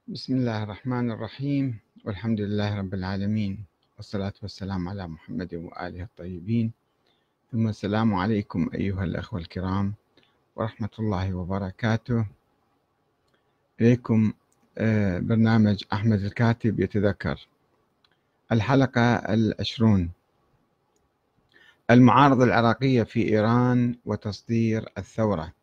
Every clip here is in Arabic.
بسم الله الرحمن الرحيم، والحمد لله رب العالمين، والصلاة والسلام على محمد وآله الطيبين. ثم السلام عليكم أيها الأخوة الكرام ورحمة الله وبركاته. إليكم برنامج أحمد الكاتب يتذكر، الحلقة 20: المعارضة العراقية في إيران وتصدير الثورة.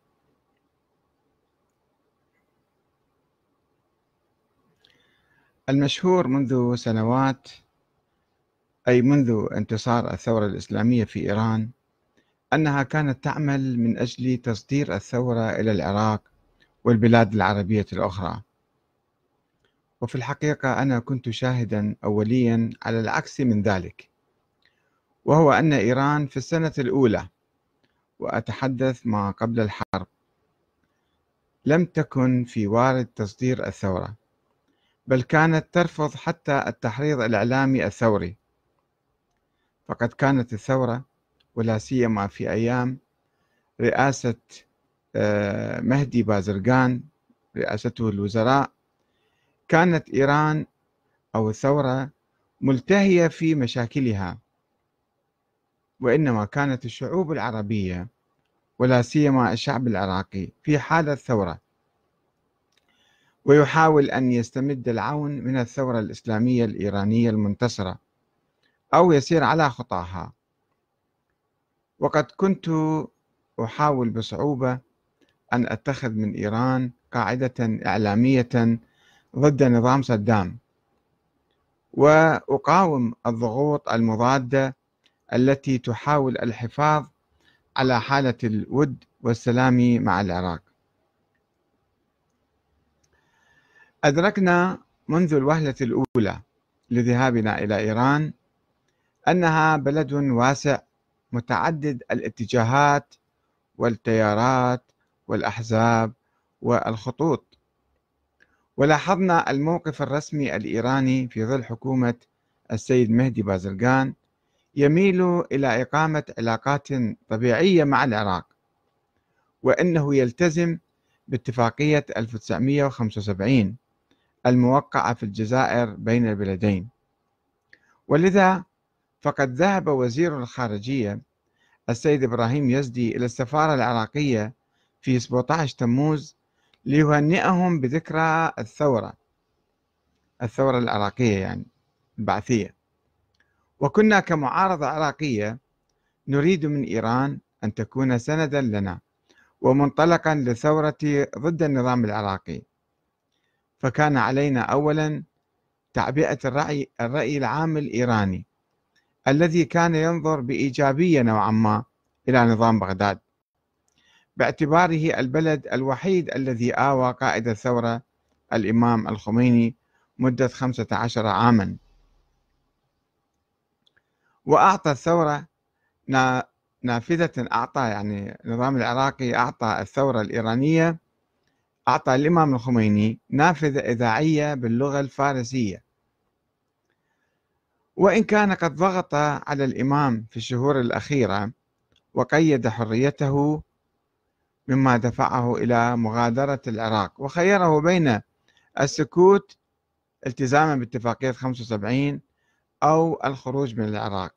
المشهور منذ سنوات، أي منذ انتصار الثورة الإسلامية في إيران، أنها كانت تعمل من أجل تصدير الثورة إلى العراق والبلاد العربية الأخرى. وفي الحقيقة أنا كنت شاهدا أوليا على العكس من ذلك، وهو أن إيران في السنة الأولى، وأتحدث ما قبل الحرب، لم تكن في وارد تصدير الثورة، بل كانت ترفض حتى التحريض الإعلامي الثوري. فقد كانت الثورة، ولا سيما في أيام رئاسة مهدي بازرقان، رئاسته الوزراء، كانت إيران أو الثورة ملتهية في مشاكلها، وإنما كانت الشعوب العربية ولا سيما الشعب العراقي في حالة ثورة، ويحاول أن يستمد العون من الثورة الإسلامية الإيرانية المنتصرة أو يسير على خطاها. وقد كنت أحاول بصعوبة أن أتخذ من إيران قاعدة إعلامية ضد نظام صدام، وأقاوم الضغوط المضادة التي تحاول الحفاظ على حالة الود والسلام مع العراق. أدركنا منذ الوهلة الأولى لذهابنا إلى إيران أنها بلد واسع متعدد الاتجاهات والتيارات والأحزاب والخطوط، ولاحظنا الموقف الرسمي الإيراني في ظل حكومة السيد مهدي بازرقان يميل إلى إقامة علاقات طبيعية مع العراق، وأنه يلتزم باتفاقية 1975 الموقعة في الجزائر بين البلدين. ولذا فقد ذهب وزير الخارجية السيد إبراهيم يزدي إلى السفارة العراقية في 17 تموز ليهنئهم بذكرى الثورة العراقية، يعني البعثية. وكنا كمعارضة عراقية نريد من إيران أن تكون سندا لنا ومنطلقا للثورة ضد النظام العراقي. فكان علينا أولا تعبئة الرأي العام الإيراني الذي كان ينظر بإيجابية نوعا ما إلى نظام بغداد، باعتباره البلد الوحيد الذي آوى قائد الثورة الإمام الخميني مدة 15 عاما، وأعطى الثورة نافذة، أعطى يعني النظام العراقي أعطى الثورة الإيرانية، أعطى الإمام الخميني نافذة إذاعية باللغة الفارسية. وإن كان قد ضغط على الإمام في الشهور الأخيرة وقيد حريته، مما دفعه إلى مغادرة العراق، وخيره بين السكوت التزاما باتفاقية 75 أو الخروج من العراق.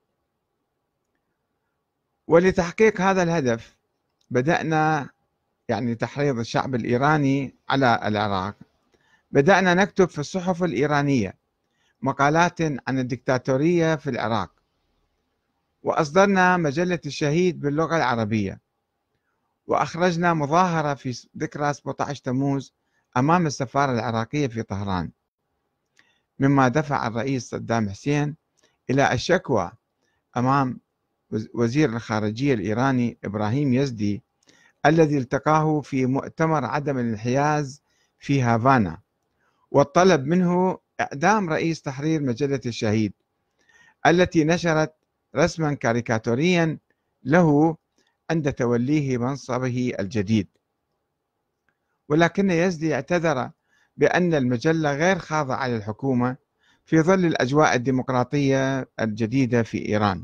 ولتحقيق هذا الهدف بدأنا، يعني تحريض الشعب الإيراني على العراق، بدأنا نكتب في الصحف الإيرانية مقالات عن الدكتاتورية في العراق، وأصدرنا مجلة الشهيد باللغة العربية، وأخرجنا مظاهرة في ذكرى 17 تموز أمام السفارة العراقية في طهران، مما دفع الرئيس صدام حسين إلى الشكوى أمام وزير الخارجية الإيراني إبراهيم يزدي الذي التقاه في مؤتمر عدم الانحياز في هافانا، والطلب منه إعدام رئيس تحرير مجلة الشهيد التي نشرت رسما كاريكاتوريا له عند توليه منصبه الجديد. ولكن يزدي اعتذر بأن المجلة غير خاضعة للحكومة في ظل الأجواء الديمقراطية الجديدة في إيران.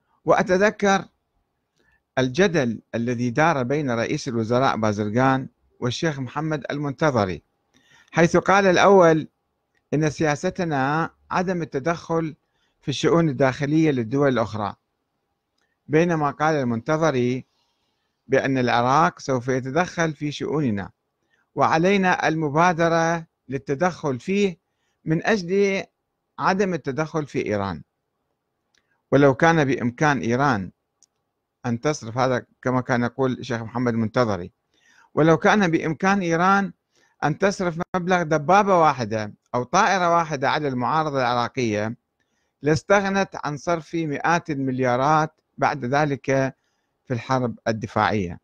وأتذكر الجدل الذي دار بين رئيس الوزراء بازرقان والشيخ محمد المنتظري، حيث قال الأول إن سياستنا عدم التدخل في الشؤون الداخلية للدول الأخرى، بينما قال المنتظري بأن العراق سوف يتدخل في شؤوننا وعلينا المبادرة للتدخل فيه من أجل عدم التدخل في إيران. ولو كان بإمكان إيران أن تصرف، هذا كما كان يقول الشيخ محمد المنتظري، ولو كان بإمكان إيران أن تصرف مبلغ دبابة واحدة أو طائرة واحدة على المعارضة العراقية لاستغنت عن صرف مئات المليارات بعد ذلك في الحرب الدفاعية.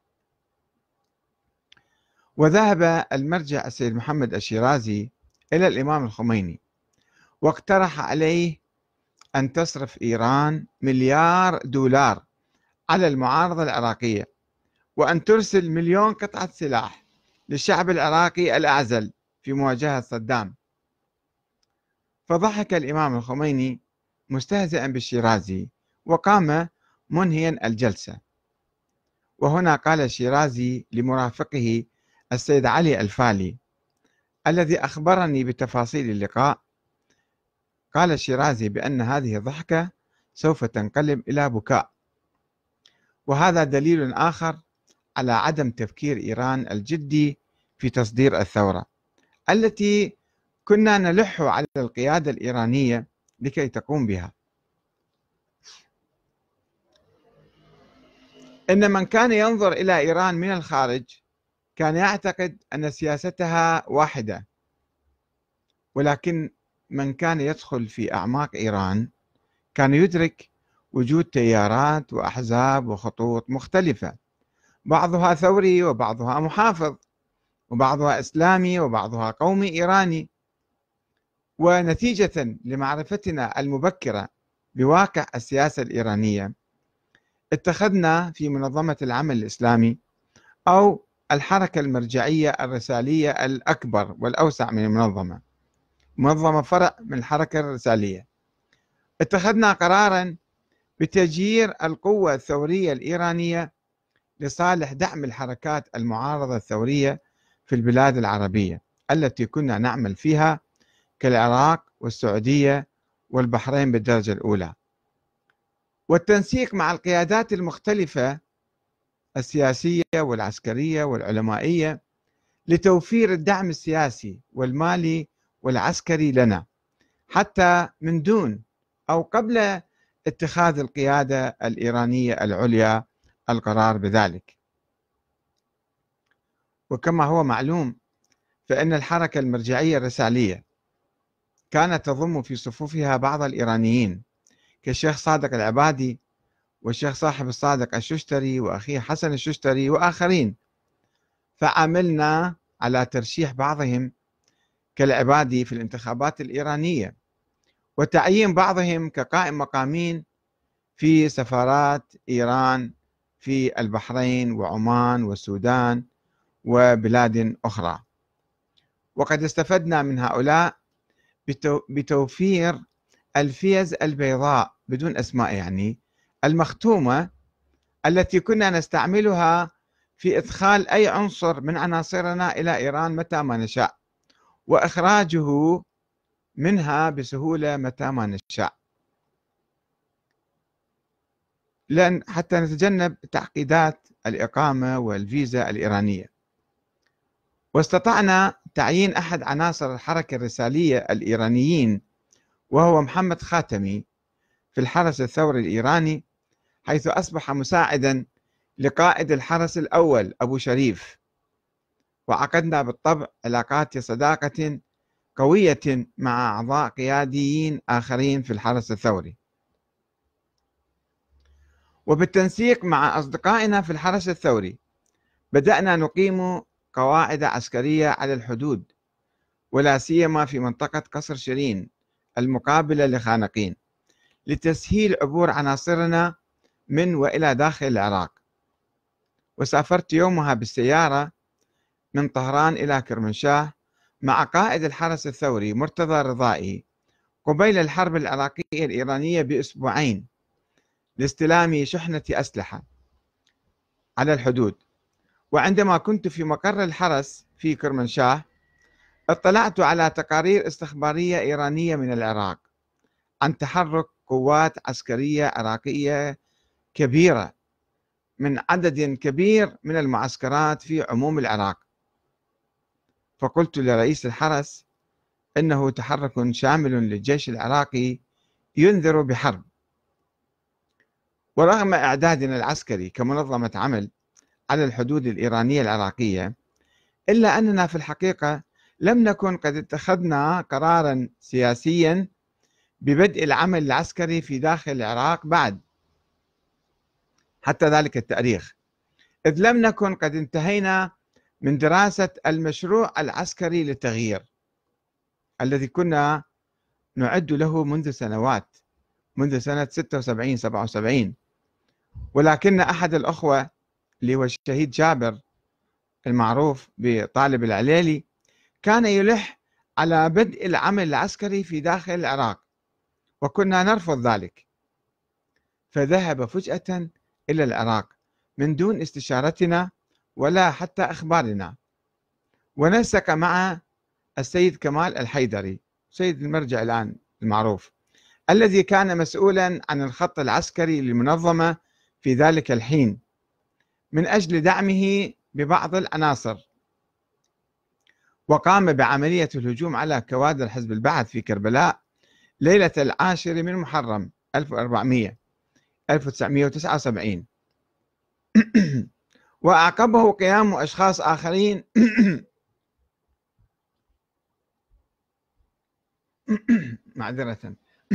وذهب المرجع السيد محمد الشيرازي إلى الإمام الخميني واقترح عليه أن تصرف إيران $1,000,000,000 على المعارضة العراقية، وأن ترسل 1,000,000 قطعة سلاح للشعب العراقي الأعزل في مواجهة صدام. فضحك الإمام الخميني مستهزئا بالشيرازي وقام منهيا الجلسة. وهنا قال الشيرازي لمرافقه السيد علي الفالي الذي أخبرني بتفاصيل اللقاء، قال الشيرازي بأن هذه الضحكة سوف تنقلب إلى بكاء، وهذا دليل آخر على عدم تفكير إيران الجدي في تصدير الثورة التي كنا نلح على القيادة الإيرانية لكي تقوم بها. إن من كان ينظر إلى إيران من الخارج كان يعتقد أن سياستها واحدة، ولكن من كان يدخل في أعماق إيران كان يدرك وجود تيارات وأحزاب وخطوط مختلفة، بعضها ثوري وبعضها محافظ وبعضها إسلامي وبعضها قومي إيراني. ونتيجة لمعرفتنا المبكرة بواقع السياسة الإيرانية اتخذنا في منظمة العمل الإسلامي أو الحركة المرجعية الرسالية الأكبر والأوسع من المنظمة، منظمة فرع من الحركة الرسالية، اتخذنا قرارا بتجيير القوة الثورية الإيرانية لصالح دعم الحركات المعارضة الثورية في البلاد العربية التي كنا نعمل فيها كالعراق والسعودية والبحرين بالدرجة الأولى، والتنسيق مع القيادات المختلفة السياسية والعسكرية والعلمائية لتوفير الدعم السياسي والمالي والعسكري لنا حتى من دون أو قبل اتخاذ القيادة الإيرانية العليا القرار بذلك. وكما هو معلوم فإن الحركة المرجعية الرسالية كانت تضم في صفوفها بعض الإيرانيين كالشيخ صادق العبادي والشيخ صاحب الصادق الششتري وأخيه حسن الششتري وآخرين، فعملنا على ترشيح بعضهم كالعبادي في الانتخابات الإيرانية وتعيين بعضهم كقائم مقامين في سفارات إيران في البحرين وعمان والسودان وبلاد أخرى. وقد استفدنا من هؤلاء بتوفير الفيز البيضاء بدون أسماء يعني المختومة التي كنا نستعملها في إدخال أي عنصر من عناصرنا إلى إيران متى ما نشاء وإخراجه منها بسهولة متى ما نشاء، لأن حتى نتجنب تعقيدات الإقامة والفيزا الإيرانية. واستطعنا تعيين أحد عناصر الحركة الرسالية الإيرانيين وهو محمد خاتمي في الحرس الثوري الإيراني، حيث أصبح مساعدا لقائد الحرس الأول أبو شريف، وعقدنا بالطبع علاقات صداقة قوية مع أعضاء قياديين آخرين في الحرس الثوري. وبالتنسيق مع أصدقائنا في الحرس الثوري بدأنا نقيم قواعد عسكرية على الحدود، ولا سيما في منطقة قصر شيرين المقابلة لخانقين، لتسهيل عبور عناصرنا من وإلى داخل العراق. وسافرت يومها بالسيارة من طهران إلى كرمنشاه مع قائد الحرس الثوري مرتضى الرضائي قبيل الحرب العراقية الإيرانية بأسبوعين لاستلام شحنة أسلحة على الحدود، وعندما كنت في مقر الحرس في كرمنشاه اطلعت على تقارير استخبارية إيرانية من العراق عن تحرك قوات عسكرية عراقية كبيرة من عدد كبير من المعسكرات في عموم العراق. فقلت لرئيس الحرس إنه تحرك شامل للجيش العراقي ينذر بحرب. ورغم إعدادنا العسكري كمنظمة عمل على الحدود الإيرانية العراقية، إلا أننا في الحقيقة لم نكن قد اتخذنا قرارا سياسيا ببدء العمل العسكري في داخل العراق بعد حتى ذلك التاريخ، إذ لم نكن قد انتهينا من دراسة المشروع العسكري للتغيير الذي كنا نعد له منذ سنوات، منذ سنة 76 77. ولكن أحد الأخوة اللي هو الشهيد جابر المعروف بطالب العليلي كان يلح على بدء العمل العسكري في داخل العراق، وكنا نرفض ذلك، فذهب فجأة إلى العراق من دون استشارتنا ولا حتى أخبارنا، ونسق مع السيد كمال الحيدري سيد المرجع الآن المعروف الذي كان مسؤولا عن الخط العسكري للمنظمة في ذلك الحين من أجل دعمه ببعض العناصر، وقام بعملية الهجوم على كوادر حزب البعث في كربلاء ليلة 10 من محرم 1979. وأعقبه قيام أشخاص آخرين معذرة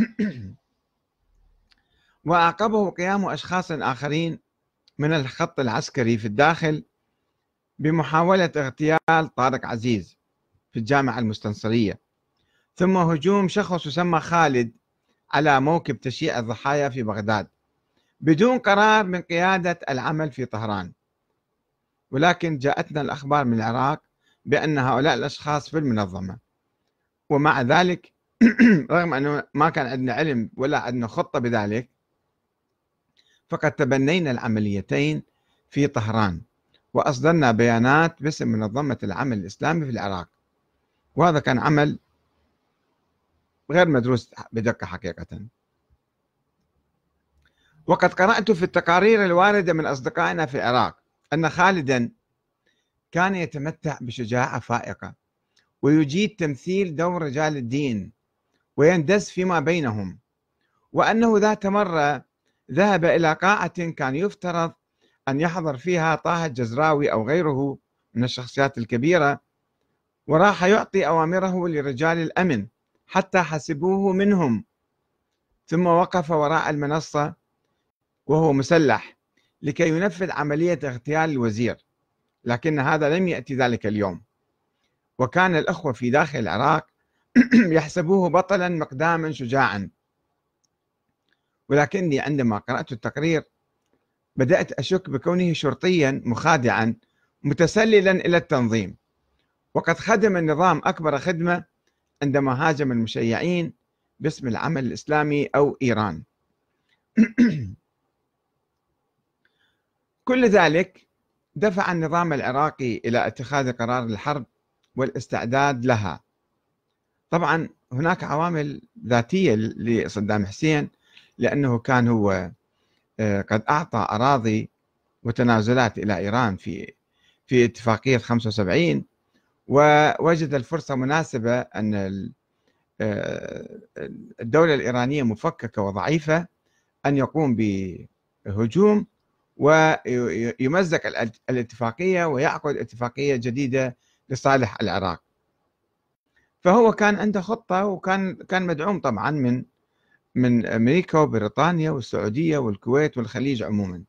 وأعقبه قيام أشخاص آخرين من الخط العسكري في الداخل بمحاولة اغتيال طارق عزيز في الجامعة المستنصرية، ثم هجوم شخص يسمى خالد على موكب تشييع الضحايا في بغداد بدون قرار من قيادة العمل في طهران. ولكن جاءتنا الأخبار من العراق بأن هؤلاء الأشخاص في المنظمة، ومع ذلك رغم أنه ما كان عندنا علم ولا عندنا خطة بذلك، فقد تبنينا العمليتين في طهران وأصدرنا بيانات باسم منظمة العمل الإسلامي في العراق، وهذا كان عمل غير مدروس بدقة حقيقة. وقد قرأت في التقارير الواردة من أصدقائنا في العراق أن خالدا كان يتمتع بشجاعة فائقة ويجيد تمثيل دور رجال الدين ويندس فيما بينهم، وأنه ذات مرة ذهب إلى قاعة كان يفترض أن يحضر فيها طه الجزراوي أو غيره من الشخصيات الكبيرة، وراح يعطي أوامره لرجال الأمن حتى حسبوه منهم، ثم وقف وراء المنصة وهو مسلح لكي ينفذ عملية اغتيال الوزير. لكن هذا لم يأتي ذلك اليوم، وكان الأخوة في داخل العراق يحسبوه بطلا مقداما شجاعا. ولكني عندما قرأت التقرير بدأت أشك بكونه شرطيا مخادعا متسللا إلى التنظيم، وقد خدم النظام أكبر خدمة عندما هاجم المشيعين باسم العمل الإسلامي أو إيران. كل ذلك دفع النظام العراقي إلى اتخاذ قرار الحرب والاستعداد لها. طبعا هناك عوامل ذاتية لصدام حسين، لأنه كان هو قد أعطى أراضي وتنازلات إلى إيران في اتفاقية 75، ووجد الفرصة مناسبة أن الدولة الإيرانية مفككة وضعيفة أن يقوم بهجوم ويمزق الاتفاقية ويعقد اتفاقية جديدة لصالح العراق. فهو كان عنده خطة، وكان مدعوم طبعا من أمريكا وبريطانيا والسعودية والكويت والخليج عموما.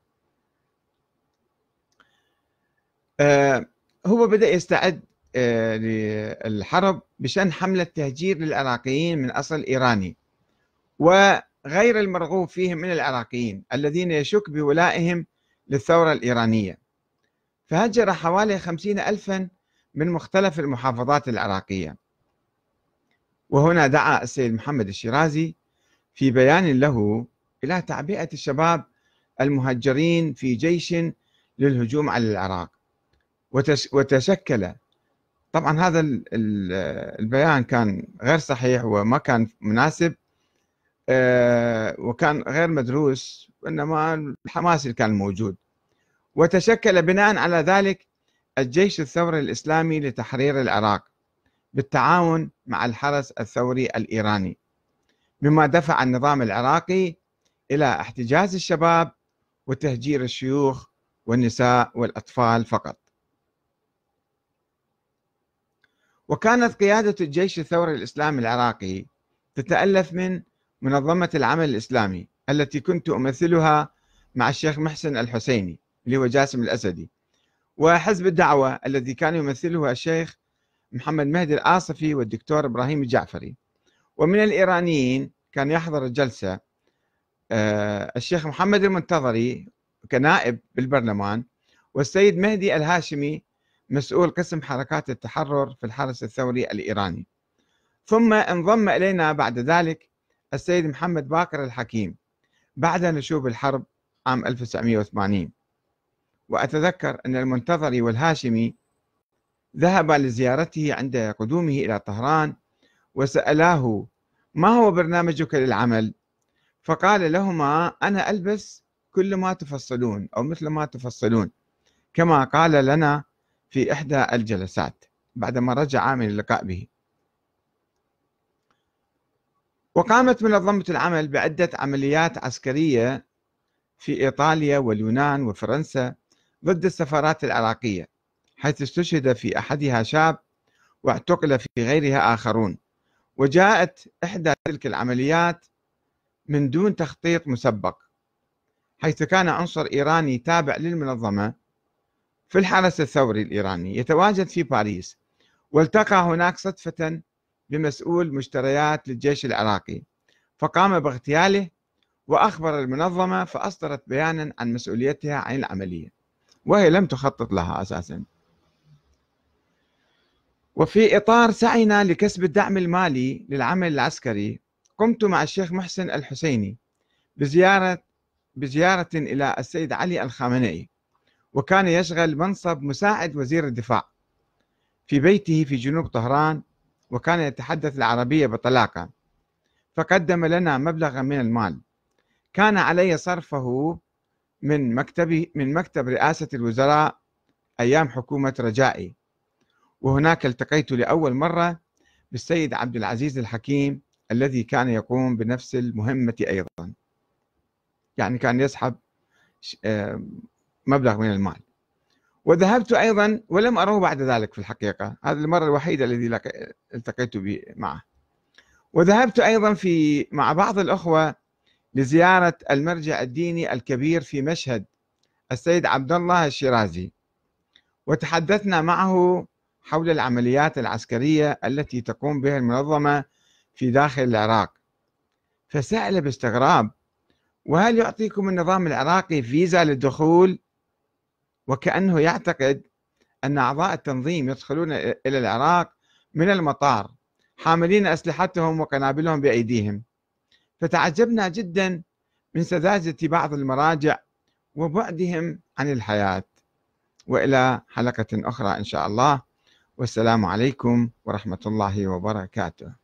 هو بدأ يستعد للحرب بشأن حملة تهجير للعراقيين من أصل إيراني وغير المرغوب فيهم من العراقيين الذين يشك بولائهم للثورة الإيرانية، فهجر حوالي 50,000 من مختلف المحافظات العراقية. وهنا دعا السيد محمد الشيرازي في بيان له إلى تعبئة الشباب المهجرين في جيش للهجوم على العراق، وتشكل. طبعا هذا البيان كان غير صحيح وما كان مناسب، وكان غير مدروس، وإنما الحماس اللي كان موجود. وتشكل بناء على ذلك الجيش الثوري الإسلامي لتحرير العراق بالتعاون مع الحرس الثوري الإيراني، مما دفع النظام العراقي إلى احتجاز الشباب وتهجير الشيوخ والنساء والأطفال فقط. وكانت قيادة الجيش الثوري الإسلامي العراقي تتألف من منظمة العمل الإسلامي التي كنت أمثلها مع الشيخ محسن الحسيني اللي هو جاسم الأسدي، وحزب الدعوة الذي كان يمثله الشيخ محمد مهدي الآصفي والدكتور إبراهيم الجعفري. ومن الإيرانيين كان يحضر الجلسة الشيخ محمد المنتظري كنائب بالبرلمان، والسيد مهدي الهاشمي مسؤول قسم حركات التحرر في الحرس الثوري الإيراني. ثم انضم إلينا بعد ذلك السيد محمد باقر الحكيم بعد نشوب الحرب عام 1980. وأتذكر أن المنتظري والهاشمي ذهبا لزيارته عند قدومه إلى طهران وسألاه: ما هو برنامجك للعمل؟ فقال لهما: أنا ألبس كل ما تفصلون أو مثل ما تفصلون، كما قال لنا في إحدى الجلسات بعدما رجع من اللقاء به. وقامت منظمة العمل بعدة عمليات عسكرية في إيطاليا واليونان وفرنسا ضد السفارات العراقية، حيث استشهد في أحدها شاب واعتقل في غيرها آخرون. وجاءت إحدى تلك العمليات من دون تخطيط مسبق، حيث كان عنصر إيراني تابع للمنظمة في الحرس الثوري الإيراني يتواجد في باريس، والتقى هناك صدفة بمسؤول مشتريات للجيش العراقي، فقام باغتياله وأخبر المنظمة، فأصدرت بيانا عن مسؤوليتها عن العملية وهي لم تخطط لها أساسا. وفي إطار سعينا لكسب الدعم المالي للعمل العسكري، قمت مع الشيخ محسن الحسيني بزيارة إلى السيد علي الخامنئي، وكان يشغل منصب مساعد وزير الدفاع في بيته في جنوب طهران، وكان يتحدث العربية بطلاقة. فقدم لنا مبلغا من المال كان علي صرفه من مكتب رئاسة الوزراء أيام حكومة رجائي. وهناك التقيت لأول مرة بالسيد عبد العزيز الحكيم الذي كان يقوم بنفس المهمة أيضا، يعني كان يسحب مبلغ من المال. وذهبت أيضا ولم أره بعد ذلك في الحقيقة، هذه المرة الوحيدة التي التقيت معه. وذهبت أيضا مع بعض الأخوة لزيارة المرجع الديني الكبير في مشهد السيد عبد الله الشيرازي، وتحدثنا معه حول العمليات العسكرية التي تقوم بها المنظمة في داخل العراق. فسأل باستغراب: وهل يعطيكم النظام العراقي فيزا للدخول؟ وكأنه يعتقد أن أعضاء التنظيم يدخلون إلى العراق من المطار حاملين أسلحتهم وقنابلهم بأيديهم. فتعجبنا جدا من سذاجة بعض المراجع وبعدهم عن الحياة. وإلى حلقة أخرى إن شاء الله، والسلام عليكم ورحمة الله وبركاته.